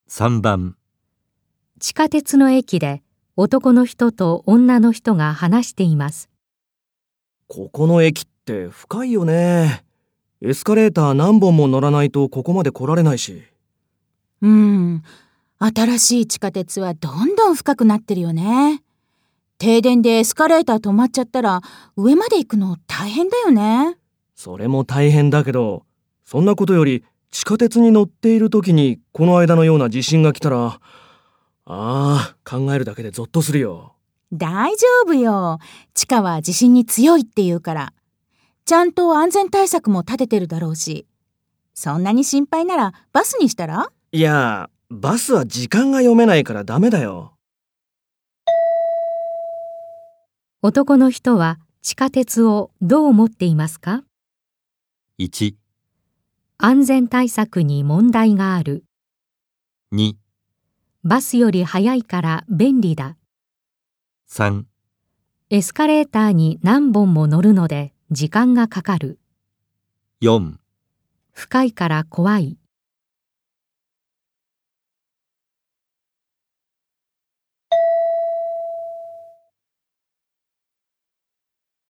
3番。 地下鉄の駅で男の人と女の人が話しています。 ここの駅って深いよね。エスカレーター何本も乗らないとここまで来られないし。 新しい地下鉄はどんどん深くなってるよね。停電でエスカレーター止まっちゃったら上まで行くの大変だよね。 それも大変だけど、そんなことより地下鉄に乗っている時にこの間のような地震が来たら、考えるだけでゾッとするよ。 大丈夫よ。地下は地震に強いって言うから。ちゃんと安全対策も立ててるだろうし。そんなに心配ならバスにしたら？ いや、バスは時間が読めないからダメだよ。 男の人は地下鉄をどう思っていますか？ 1、 安全対策に問題がある。 2、 バスより早いから便利だ。 3、 エスカレーターに何本も乗るので時間がかかる。 4。 深いから怖い。